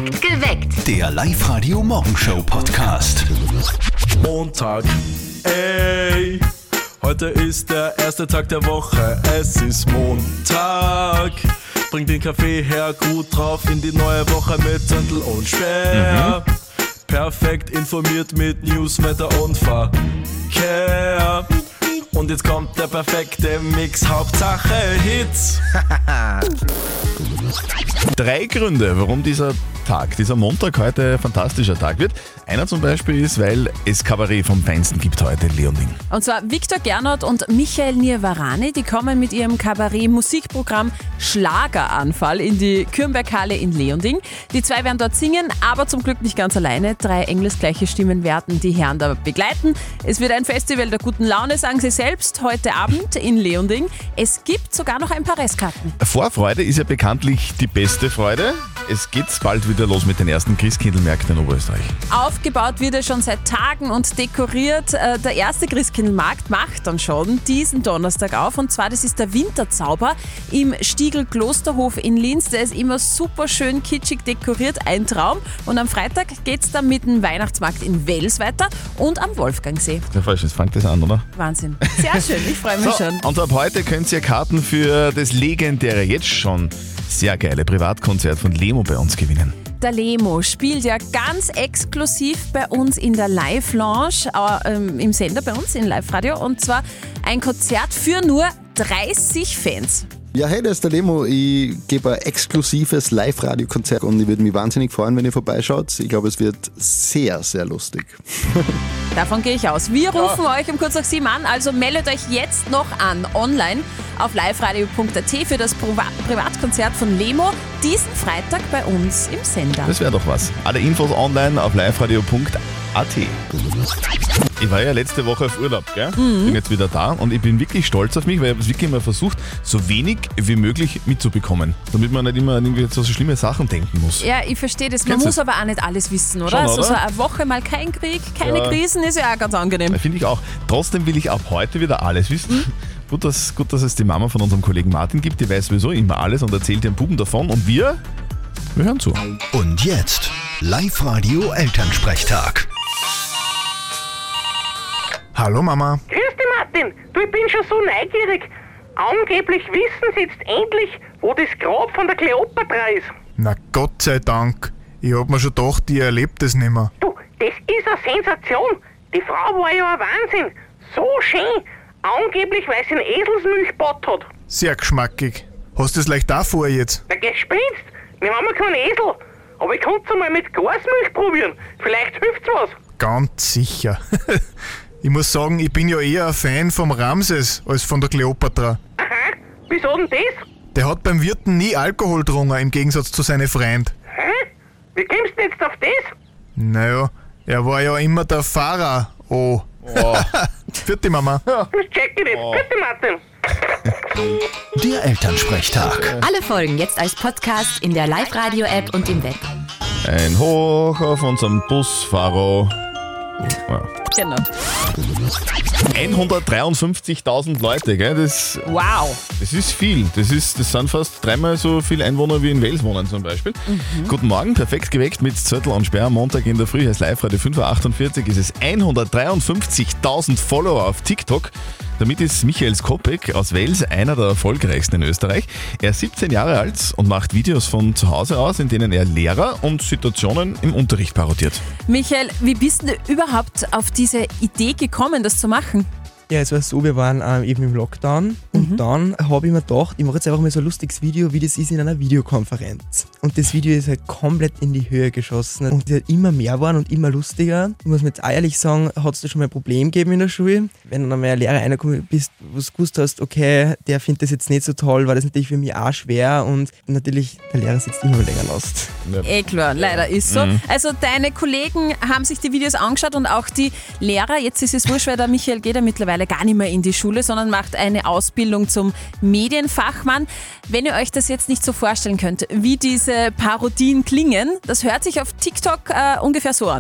Geweckt. Der Live-Radio-Morgenshow-Podcast. Montag, ey, heute ist der erste Tag der Woche, es ist Montag. Bring den Kaffee her, gut drauf in die neue Woche mit Zettel und Sperr. Perfekt informiert mit News, Wetter und Verkehr. Und jetzt kommt der perfekte Mix, Hauptsache Hits. 3 Gründe, warum dieser Montag heute ein fantastischer Tag wird. Einer zum Beispiel ist, weil es Kabarett vom Feinsten gibt heute in Leonding. Und zwar Viktor Gernot und Michael Nirvarani, die kommen mit ihrem Kabarett-Musikprogramm Schlageranfall in die Kürnberghalle in Leonding. Die 2 werden dort singen, aber zum Glück nicht ganz alleine. 3 engelsgleiche Stimmen werden die Herren da begleiten. Es wird ein Festival der guten Laune, sagen sie selbst, heute Abend in Leonding. Es gibt sogar noch ein paar Restkarten. Vorfreude ist ja bekanntlich die beste Freude. Es geht bald wieder los mit den ersten Christkindlmärkten in Oberösterreich. Aufgebaut wird er schon seit Tagen und dekoriert. Der erste Christkindlmarkt macht dann schon diesen Donnerstag auf. Und zwar, das ist der Winterzauber im Stiegl-Klosterhof in Linz. Der ist immer super schön kitschig dekoriert, ein Traum. Und am Freitag geht es dann mit dem Weihnachtsmarkt in Wels weiter und am Wolfgangsee. Ja, falsch, jetzt fängt das an, oder? Wahnsinn. Sehr schön, ich freue mich schon. Und ab heute könnt ihr Karten für das legendäre, jetzt schon sehr geile Privatkonzert von Lemo bei uns gewinnen. Der Lemo spielt ja ganz exklusiv bei uns in der Live-Lounge, im Sender bei uns in Live-Radio. Und zwar ein Konzert für nur 30 Fans. Ja, hey, das ist der Lemo. Ich gebe ein exklusives Live-Radio-Konzert und ich würde mich wahnsinnig freuen, wenn ihr vorbeischaut. Ich glaube, es wird sehr, sehr lustig. Davon gehe ich aus. Wir rufen euch um kurz nach 7 an, also meldet euch jetzt noch an, online auf liveradio.at für das Privatkonzert von Lemo diesen Freitag bei uns im Sender. Das wäre doch was. Alle Infos online auf liveradio.at. Ich war ja letzte Woche auf Urlaub, gell? Bin jetzt wieder da und ich bin wirklich stolz auf mich, weil ich habe es wirklich mal versucht, so wenig wie möglich mitzubekommen, damit man nicht immer irgendwie so schlimme Sachen denken muss. Ja, ich verstehe das. Man muss aber auch nicht alles wissen, oder? Schon, oder? Also so eine Woche mal kein Krieg, keine Krisen ist ja auch ganz angenehm. Finde ich auch. Trotzdem will ich ab heute wieder alles wissen. Gut, dass es die Mama von unserem Kollegen Martin gibt, die weiß sowieso immer alles und erzählt ihren Buben davon und wir hören zu. Und jetzt Live-Radio Elternsprechtag. Hallo Mama. Grüß dich Martin, du, ich bin schon so neugierig. Angeblich wissen sie jetzt endlich, wo das Grab von der Kleopatra ist. Na Gott sei Dank. Ich hab mir schon gedacht, ich erlebe das nicht mehr. Du, das ist eine Sensation. Die Frau war ja ein Wahnsinn. So schön. Angeblich, weil sie einen Eselsmilch gebaut hat. Sehr geschmackig. Hast du das leicht auch vor jetzt? Na, gespinst. Wir haben ja keinen Esel. Aber ich konnte es mal mit Gasmilch probieren. Vielleicht hilft's was. Ganz sicher. Ich muss sagen, ich bin ja eher ein Fan vom Ramses als von der Kleopatra. Aha, wieso denn das? Der hat beim Wirten nie Alkohol getrunken, im Gegensatz zu seinen Freunden. Hä? Wie kommst du jetzt auf das? Naja, er war ja immer der Pharao. Oh. Vierte Mama. Das check ich nicht. Bitte Martin. Der Elternsprechtag. Alle Folgen jetzt als Podcast in der Live-Radio-App und im Web. Ein Hoch auf unserem Busfahrer. Genau. 153.000 Leute, gell? Wow. Das ist viel. Das sind fast 3-mal so viele Einwohner wie in Wels wohnen zum Beispiel. Guten Morgen, perfekt geweckt mit Zettel und Sperr. Montag in der Früh, heißt Live-Radio 5.48 Uhr ist es 153.000 Follower auf TikTok. Damit ist Michael Skopek aus Wels einer der erfolgreichsten in Österreich. Er ist 17 Jahre alt und macht Videos von zu Hause aus, in denen er Lehrer und Situationen im Unterricht parodiert. Michael, wie bist du überhaupt auf diese Idee gekommen, das zu machen? Ja, es war so, wir waren eben im Lockdown und dann habe ich mir gedacht, ich mache jetzt einfach mal so ein lustiges Video, wie das ist in einer Videokonferenz. Und das Video ist halt komplett in die Höhe geschossen und es ist halt immer mehr geworden und immer lustiger. Ich muss mir jetzt ehrlich sagen, hat es da schon mal ein Problem gegeben in der Schule? Wenn dann einmal ein Lehrer reingekommen bist, wo du gewusst hast, okay, der findet das jetzt nicht so toll, war das natürlich für mich auch schwer und natürlich, der Lehrer sitzt immer länger lost. Ja. Klar, leider ist so. Also deine Kollegen haben sich die Videos angeschaut und auch die Lehrer, jetzt ist es wurscht, weil der Michael geht ja mittlerweile gar nicht mehr in die Schule, sondern macht eine Ausbildung zum Medienfachmann. Wenn ihr euch das jetzt nicht so vorstellen könnt, wie diese Parodien klingen, das hört sich auf TikTok ungefähr so an.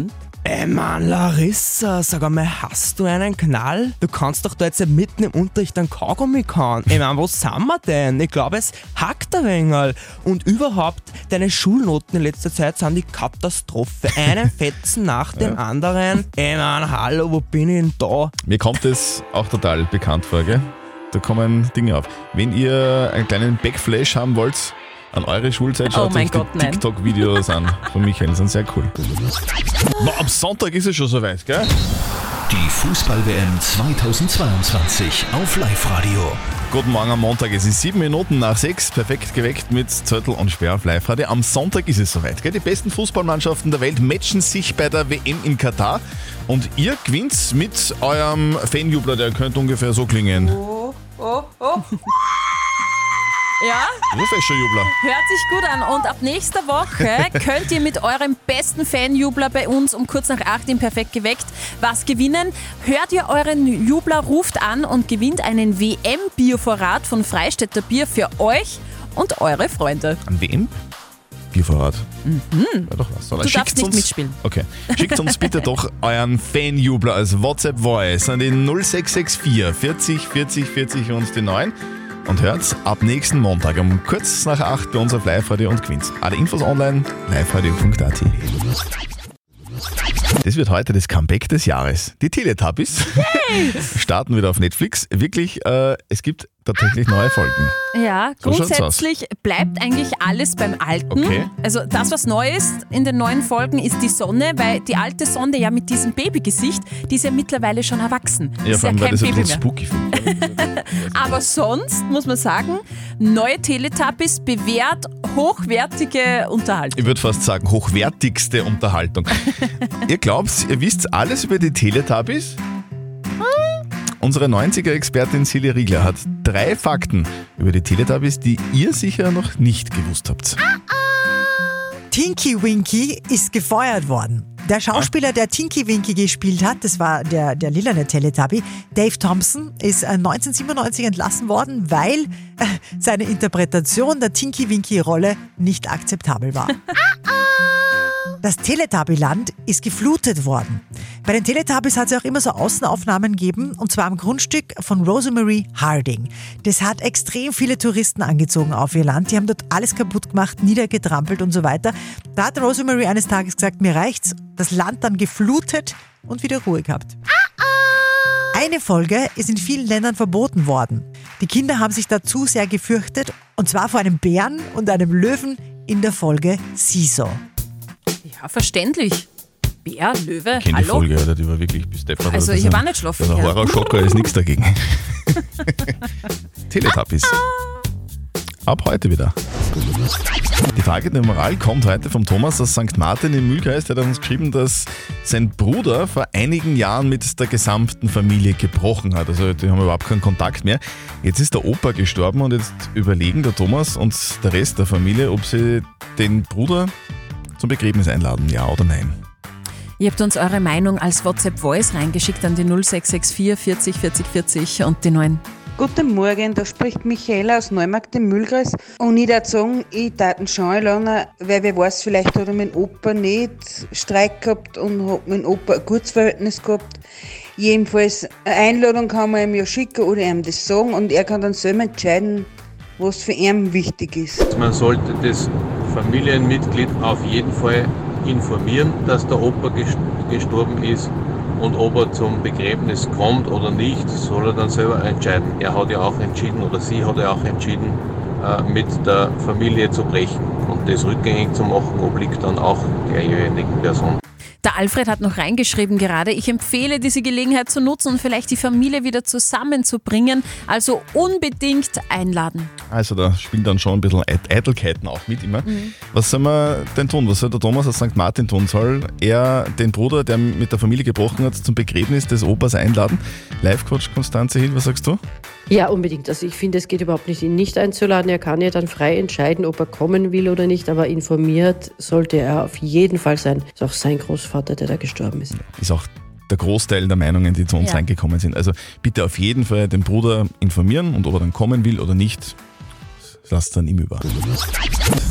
Mann, Larissa, sag einmal, hast du einen Knall? Du kannst doch da jetzt mitten im Unterricht einen Kaugummi kauen. Mann, wo sind wir denn? Ich glaube, es hackt ein wenig. Und überhaupt, deine Schulnoten in letzter Zeit sind die Katastrophe. Einen Fetzen nach dem anderen. Mann, hallo, wo bin ich denn da? Mir kommt es auch total bekannt vor, gell? Da kommen Dinge auf. Wenn ihr einen kleinen Backflash haben wollt an eure Schulzeit, schaut euch die TikTok-Videos an von Michael, die sind sehr cool. Am Sonntag ist es schon soweit, gell? Die Fußball-WM 2022 auf Live-Radio. Guten Morgen am Montag, es ist 7 Minuten nach 6, perfekt geweckt mit Zettel und Sperr auf Live-Radio. Am Sonntag ist es soweit, gell? Die besten Fußballmannschaften der Welt matchen sich bei der WM in Katar und ihr gewinnt mit eurem Fanjubler, der könnte ungefähr so klingen. Oh. Ja, So Fäscherjubler. hört sich gut an. Und ab nächster Woche könnt ihr mit eurem besten Fanjubler bei uns um kurz nach 8 in Perfekt geweckt was gewinnen. Hört ihr euren Jubler, ruft an und gewinnt einen WM-Biervorrat von Freistädter Bier für euch und eure Freunde. Ein WM-Biervorrat? Ja, doch was. Du darfst nicht mitspielen. Okay. Schickt uns bitte doch euren Fanjubler als WhatsApp-Voice an den 0664 40 40 40 und den 9. Und hört ab nächsten Montag um kurz nach 8 bei uns auf Live-Radio und gewinnt. Alle Infos online, liveradio.at. Das wird heute das Comeback des Jahres. Die Teletubbies starten wieder auf Netflix. Wirklich, es gibt tatsächlich neue Folgen. Ja, So schaut's grundsätzlich bleibt eigentlich alles beim Alten. Okay. Also das, was neu ist in den neuen Folgen, ist die Sonne, weil die alte Sonne ja mit diesem Babygesicht, die ist ja mittlerweile schon erwachsen. Ja, ist vor allem, ja weil kein das ein Baby bisschen mehr. spooky finde. Aber sonst muss man sagen, neue Teletubbies bewährt hochwertige Unterhaltung. Ich würde fast sagen, hochwertigste Unterhaltung. Ihr glaubt, ihr wisst alles über die Teletubbies? Unsere 90er-Expertin Silja Riegler hat 3 Fakten über die Teletubbies, die ihr sicher noch nicht gewusst habt. Tinky Winky ist gefeuert worden. Der Schauspieler, der Tinky Winky gespielt hat, das war der lilane Teletubby, Dave Thompson, ist 1997 entlassen worden, weil seine Interpretation der Tinky Winky-Rolle nicht akzeptabel war. Das Teletubbyland ist geflutet worden. Bei den Teletubbies hat es auch immer so Außenaufnahmen gegeben, und zwar am Grundstück von Rosemary Harding. Das hat extrem viele Touristen angezogen auf ihr Land. Die haben dort alles kaputt gemacht, niedergetrampelt und so weiter. Da hat Rosemary eines Tages gesagt, mir reicht's, das Land dann geflutet und wieder Ruhe gehabt. Eine Folge ist in vielen Ländern verboten worden. Die Kinder haben sich dazu sehr gefürchtet, und zwar vor einem Bären und einem Löwen in der Folge Seesaw. Ja, verständlich. Bär, Löwe, Ich kenne die hallo? Folge, Alter, die war wirklich bis deppert. Also ich habe auch nicht schlafen. Der Horrorschocker ist nichts dagegen. Teletubbies. Ab heute wieder. Die Frage der Moral kommt heute vom Thomas aus St. Martin im Mühlkreis. Der hat uns geschrieben, dass sein Bruder vor einigen Jahren mit der gesamten Familie gebrochen hat. Also die haben überhaupt keinen Kontakt mehr. Jetzt ist der Opa gestorben und jetzt überlegen der Thomas und der Rest der Familie, ob sie den Bruder zum Begräbnis einladen, ja oder nein. Ihr habt uns eure Meinung als WhatsApp-Voice reingeschickt an die 0664 40 40 40 und die 9. Guten Morgen, da spricht Michaela aus Neumarkt im Mühlkreis. Und ich würde sagen, ich darf ihn schon einladen, weil wer weiß, vielleicht hat er mit dem Opa nicht Streit gehabt und hat mit dem Opa ein gutes Verhältnis gehabt. Jedenfalls, eine Einladung kann man ihm ja schicken oder ihm das sagen, und er kann dann selber entscheiden, was für ihn wichtig ist. Man sollte das Familienmitglied auf jeden Fall informieren, dass der Opa gestorben ist, und ob er zum Begräbnis kommt oder nicht, soll er dann selber entscheiden. Er hat ja auch entschieden, oder sie hat ja auch entschieden, mit der Familie zu brechen, und das rückgängig zu machen, obliegt dann auch derjenigen Person. Der Alfred hat noch reingeschrieben gerade, ich empfehle diese Gelegenheit zu nutzen und vielleicht die Familie wieder zusammenzubringen, also unbedingt einladen. Also da spielen dann schon ein bisschen Eitelkeiten auch mit immer. Was soll man denn tun? Was soll der Thomas aus St. Martin tun? Soll er den Bruder, der mit der Familie gebrochen hat, zum Begräbnis des Opas einladen? Live-Coach Konstanze Hill, was sagst du? Ja, unbedingt. Also ich finde, es geht überhaupt nicht, ihn nicht einzuladen. Er kann ja dann frei entscheiden, ob er kommen will oder nicht, aber informiert sollte er auf jeden Fall sein. Das ist auch sein Großvater, der da gestorben ist. Ist auch der Großteil der Meinungen, die zu uns reingekommen sind. Also bitte auf jeden Fall den Bruder informieren, und ob er dann kommen will oder nicht, lasst dann ihm über. Ab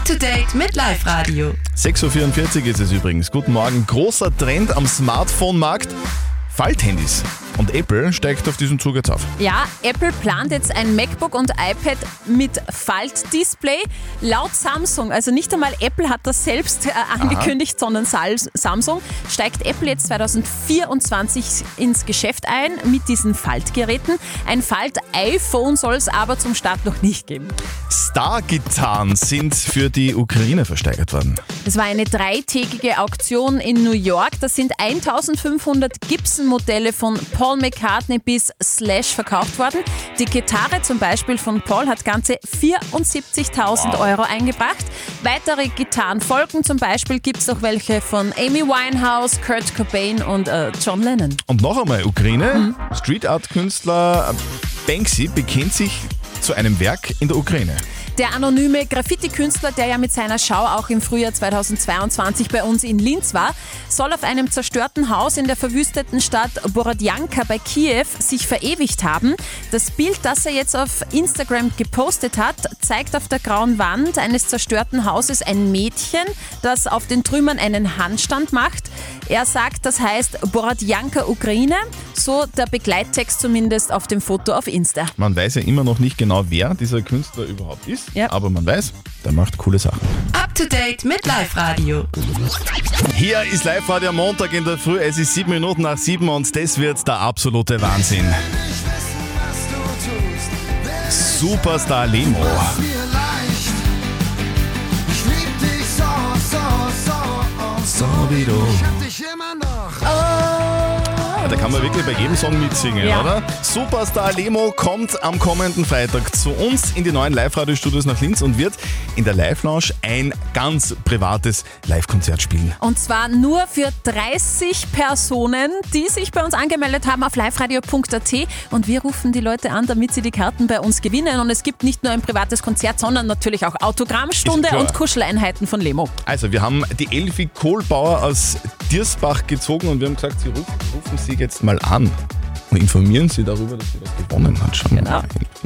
Up to date mit Live-Radio. 6.44 Uhr ist es übrigens. Guten Morgen. Großer Trend am Smartphone-Markt. Falthandys. Und Apple steigt auf diesen Zug jetzt auf. Ja, Apple plant jetzt ein MacBook und iPad mit Faltdisplay. Laut Samsung, also nicht einmal Apple hat das selbst angekündigt, sondern Samsung, steigt Apple jetzt 2024 ins Geschäft ein mit diesen Faltgeräten. Ein Falt-iPhone soll es aber zum Start noch nicht geben. Star-Gitarren sind für die Ukraine versteigert worden. Es war eine 3-tägige Auktion in New York. Das sind 1500 Gibson-Modelle von Paul McCartney bis Slash verkauft worden. Die Gitarre zum Beispiel von Paul hat ganze 74.000 Euro eingebracht. Weitere Gitarren folgen, zum Beispiel gibt es auch welche von Amy Winehouse, Kurt Cobain und John Lennon. Und noch einmal Ukraine. Street Art Künstler Banksy bekennt sich zu einem Werk in der Ukraine. Der anonyme Graffiti-Künstler, der ja mit seiner Schau auch im Frühjahr 2022 bei uns in Linz war, soll auf einem zerstörten Haus in der verwüsteten Stadt Borodjanka bei Kiew sich verewigt haben. Das Bild, das er jetzt auf Instagram gepostet hat, zeigt auf der grauen Wand eines zerstörten Hauses ein Mädchen, das auf den Trümmern einen Handstand macht. Er sagt, das heißt Borodjanka Ukraine, so der Begleittext zumindest auf dem Foto auf Insta. Man weiß ja immer noch nicht genau, wer dieser Künstler überhaupt ist, aber man weiß, der macht coole Sachen. Up to date mit Live-Radio. Hier ist Live-Radio am Montag in der Früh, es ist 7 Minuten nach 7 und das wird der absolute Wahnsinn. Superstar Lemo. So wie du. Da kann man wirklich bei jedem Song mitsingen, oder? Superstar Lemo kommt am kommenden Freitag zu uns in die neuen Live-Radio-Studios nach Linz und wird in der Live-Lounge ein ganz privates Live-Konzert spielen. Und zwar nur für 30 Personen, die sich bei uns angemeldet haben auf liveradio.at und wir rufen die Leute an, damit sie die Karten bei uns gewinnen. Und es gibt nicht nur ein privates Konzert, sondern natürlich auch Autogrammstunde und Kuscheleinheiten von Lemo. Also wir haben die Elfi Kohlbauer aus Diersbach gezogen und wir haben gesagt, sie rufen Sie jetzt mal an und informieren Sie darüber, dass sie was gewonnen hat. Schauen wir mal.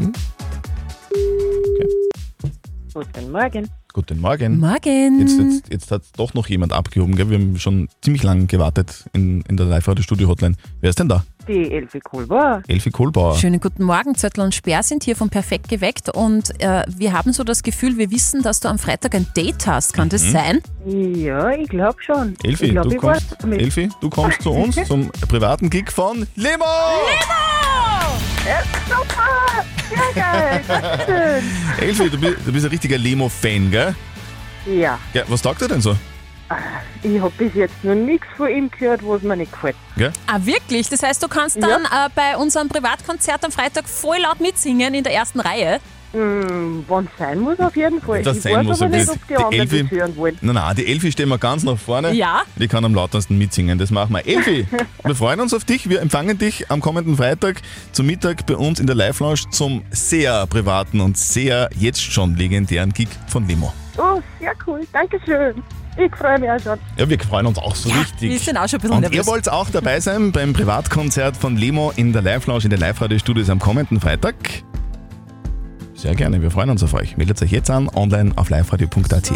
Guten Morgen. Guten Morgen. Morgen. Jetzt hat doch noch jemand abgehoben, gell? Wir haben schon ziemlich lange gewartet in der Live-Radio-Studio-Hotline. Wer ist denn da? Die Elfi Kohlbauer. Elfi Kohlbauer. Schönen guten Morgen, Zöttl und Sperr sind hier von Perfekt geweckt und wir haben so das Gefühl, wir wissen, dass du am Freitag ein Date hast. Kann das sein? Ja, ich glaube schon. Elfi, du kommst zu uns zum privaten Gig von Lemo! Ja, super! Sehr geil, schön. Elfi, du bist ein richtiger Lemo-Fan, gell? Ja. Was taugt er denn so? Ich habe bis jetzt noch nichts von ihm gehört, was mir nicht gefällt. Gell? Ah, wirklich? Das heißt, du kannst dann bei unserem Privatkonzert am Freitag voll laut mitsingen in der ersten Reihe? Wenn es sein muss, auf jeden Fall. Das ich sein weiß muss, aber nicht, ob die anderen Elfi, das hören wollen. Nein, die Elfi stehen wir ganz nach vorne. Ja. Die kann am lautesten mitsingen, das machen wir. Elfi, wir freuen uns auf dich. Wir empfangen dich am kommenden Freitag zum Mittag bei uns in der Live-Lounge zum sehr privaten und sehr jetzt schon legendären Gig von Lemo. Oh, sehr cool. Dankeschön. Ich freue mich auch schon. Ja, wir freuen uns auch so richtig. Wir sind auch schon ein bisschen Und nervös. ihr wollt auch dabei sein beim Privatkonzert von Lemo in der Live-Lounge in den Live-Radio-Studios am kommenden Freitag? Sehr gerne, wir freuen uns auf euch. Meldet euch jetzt an, online auf liveradio.at.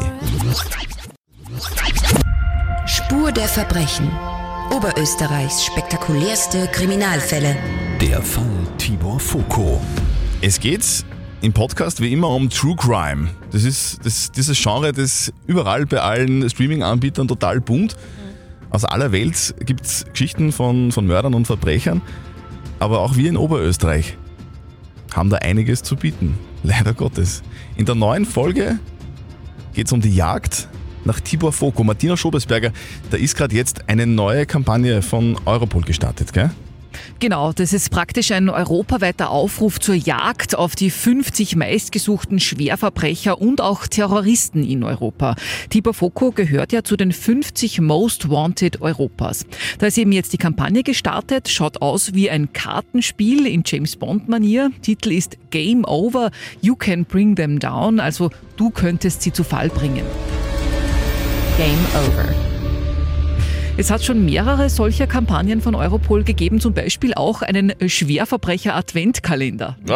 Spur der Verbrechen. Oberösterreichs spektakulärste Kriminalfälle. Der Fall Tibor Foko. Es geht im Podcast wie immer um True Crime. Das ist dieses Genre, das überall bei allen Streaming-Anbietern total boomt. Aus aller Welt gibt es Geschichten von Mördern und Verbrechern. Aber auch wir in Oberösterreich haben da einiges zu bieten. Leider Gottes. In der neuen Folge geht es um die Jagd nach Tibor Foko. Martina Schobesberger, da ist gerade jetzt eine neue Kampagne von Europol gestartet, gell? Genau, das ist praktisch ein europaweiter Aufruf zur Jagd auf die 50 meistgesuchten Schwerverbrecher und auch Terroristen in Europa. Tibor Foko gehört ja zu den 50 Most Wanted Europas. Da ist eben jetzt die Kampagne gestartet, schaut aus wie ein Kartenspiel in James-Bond-Manier. Titel ist Game Over, You Can Bring Them Down, also du könntest sie zu Fall bringen. Game Over. Es hat schon mehrere solcher Kampagnen von Europol gegeben, zum Beispiel auch einen Schwerverbrecher-Adventkalender. Was?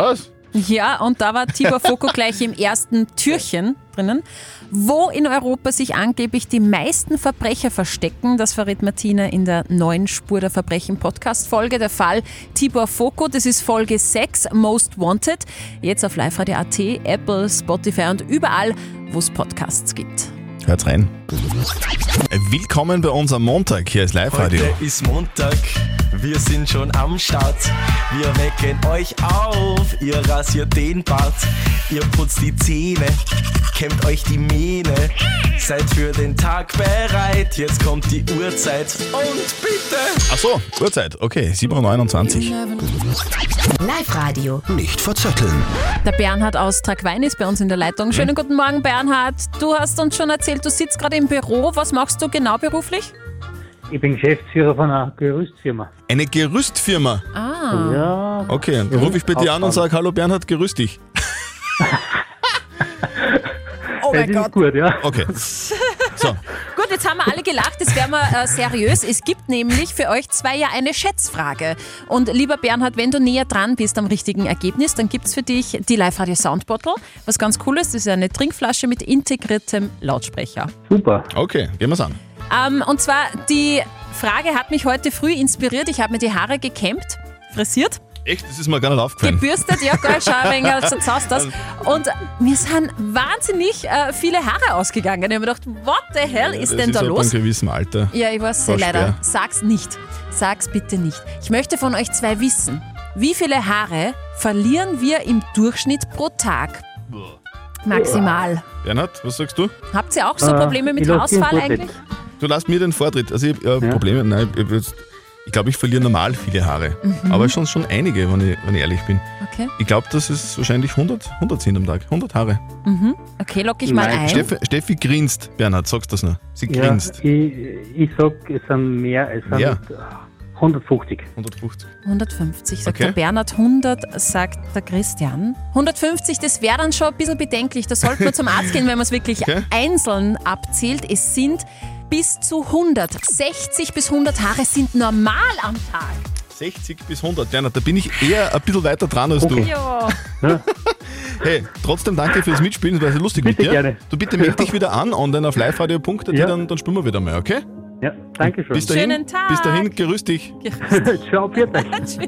Ja, und da war Tibor Foko gleich im ersten Türchen drinnen. Wo in Europa sich angeblich die meisten Verbrecher verstecken, das verrät Martina in der neuen Spur der Verbrechen-Podcast-Folge. Der Fall Tibor Foko, das ist Folge 6, Most Wanted. Jetzt auf liveradio.at, Apple, Spotify und überall, wo es Podcasts gibt. Hört rein. Willkommen bei uns am Montag. Hier ist Live-Radio. Heute ist Montag, wir sind schon am Start. Wir wecken euch auf, ihr rasiert den Bart. Ihr putzt die Zähne, kämmt euch die Mähne. Seid für den Tag bereit, jetzt kommt die Uhrzeit. Und bitte! Achso, Uhrzeit. Okay, 7.29 Uhr. Live-Radio. Nicht verzetteln. Der Bernhard aus Tragwein ist bei uns in der Leitung. Schönen guten Morgen, Bernhard. Du hast uns schon erzählt, du sitzt gerade im Büro. Was machst du genau beruflich? Ich bin Geschäftsführer von einer Gerüstfirma. Eine Gerüstfirma? Ah. Ja. Okay, dann rufe ich bei dir an und sage, hallo Bernhard, gerüst dich. Oh mein Gott. Gut, ja. Okay. So. Gut, jetzt haben wir alle gelacht, jetzt werden wir seriös. Es gibt nämlich für euch zwei ja eine Schätzfrage. Und lieber Bernhard, wenn du näher dran bist am richtigen Ergebnis, dann gibt es für dich die Live-Radio Sound Bottle. Was ganz cool ist, das ist eine Trinkflasche mit integriertem Lautsprecher. Super. Okay, gehen wir's an. Und zwar, die Frage hat mich heute früh inspiriert. Ich habe mir die Haare gekämmt, frisiert. Echt? Das ist mir gar nicht aufgefallen. Gebürstet, ja, geil, schau ein wenig, so zaust das. Und mir sind wahnsinnig viele Haare ausgegangen. Ich habe mir gedacht, what the hell ist denn da Das ist los? ab einem gewissen Alter. Ja, ich weiß, War leider. schwer. Sag's nicht. Sag's bitte nicht. Ich möchte von euch zwei wissen, wie viele Haare verlieren wir im Durchschnitt pro Tag? Maximal. Bernhard, was sagst du? Habt ihr auch so Probleme mit Haarausfall eigentlich? Du lässt mir den Vortritt. Also ich habe Probleme, nein, ich glaube, ich verliere normal viele Haare. Aber schon einige, wenn ich ehrlich bin. Okay. Ich glaube, dass es wahrscheinlich 100 sind am Tag. 100 Haare. Mhm. Okay, lock ich mal ein. Steffi grinst. Bernhard, sagst du das noch? Sie Ja, grinst. ich sag, es sind mehr, es sind Ja. 150. 150, sagt Okay. der Bernhard, 100 sagt der Christian. 150, das wäre dann schon ein bisschen bedenklich. Da sollten wir zum Arzt gehen, wenn man es wirklich einzeln abzählt. Es sind bis zu 100. 60 bis 100 Haare sind normal am Tag. 60 bis 100. Bernhard, da bin ich eher ein bisschen weiter dran als du. Ja. Hey, trotzdem danke fürs Mitspielen, das war sehr lustig mit dir. gerne. Du bitte melde dich wieder an online auf liveradio.at, Ja. dann spielen wir wieder mal, okay? Ja, danke schön. Bis dahin, Schönen Tag. Bis dahin, gerüst dich. Ciao, Peter.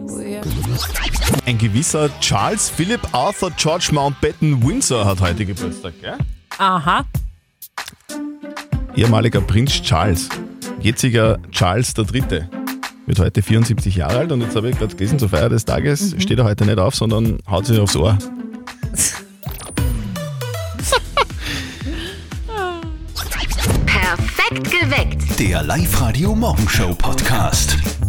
Ein gewisser Charles Philip Arthur George Mountbatten Windsor hat heute Geburtstag, gell? Aha. Ehemaliger Prinz Charles, jetziger Charles III. Wird heute 74 Jahre alt und jetzt habe ich gerade gelesen, zur Feier des Tages steht er heute nicht auf, sondern haut sich aufs Ohr. Perfekt geweckt. Der Live-Radio Morgenshow Podcast.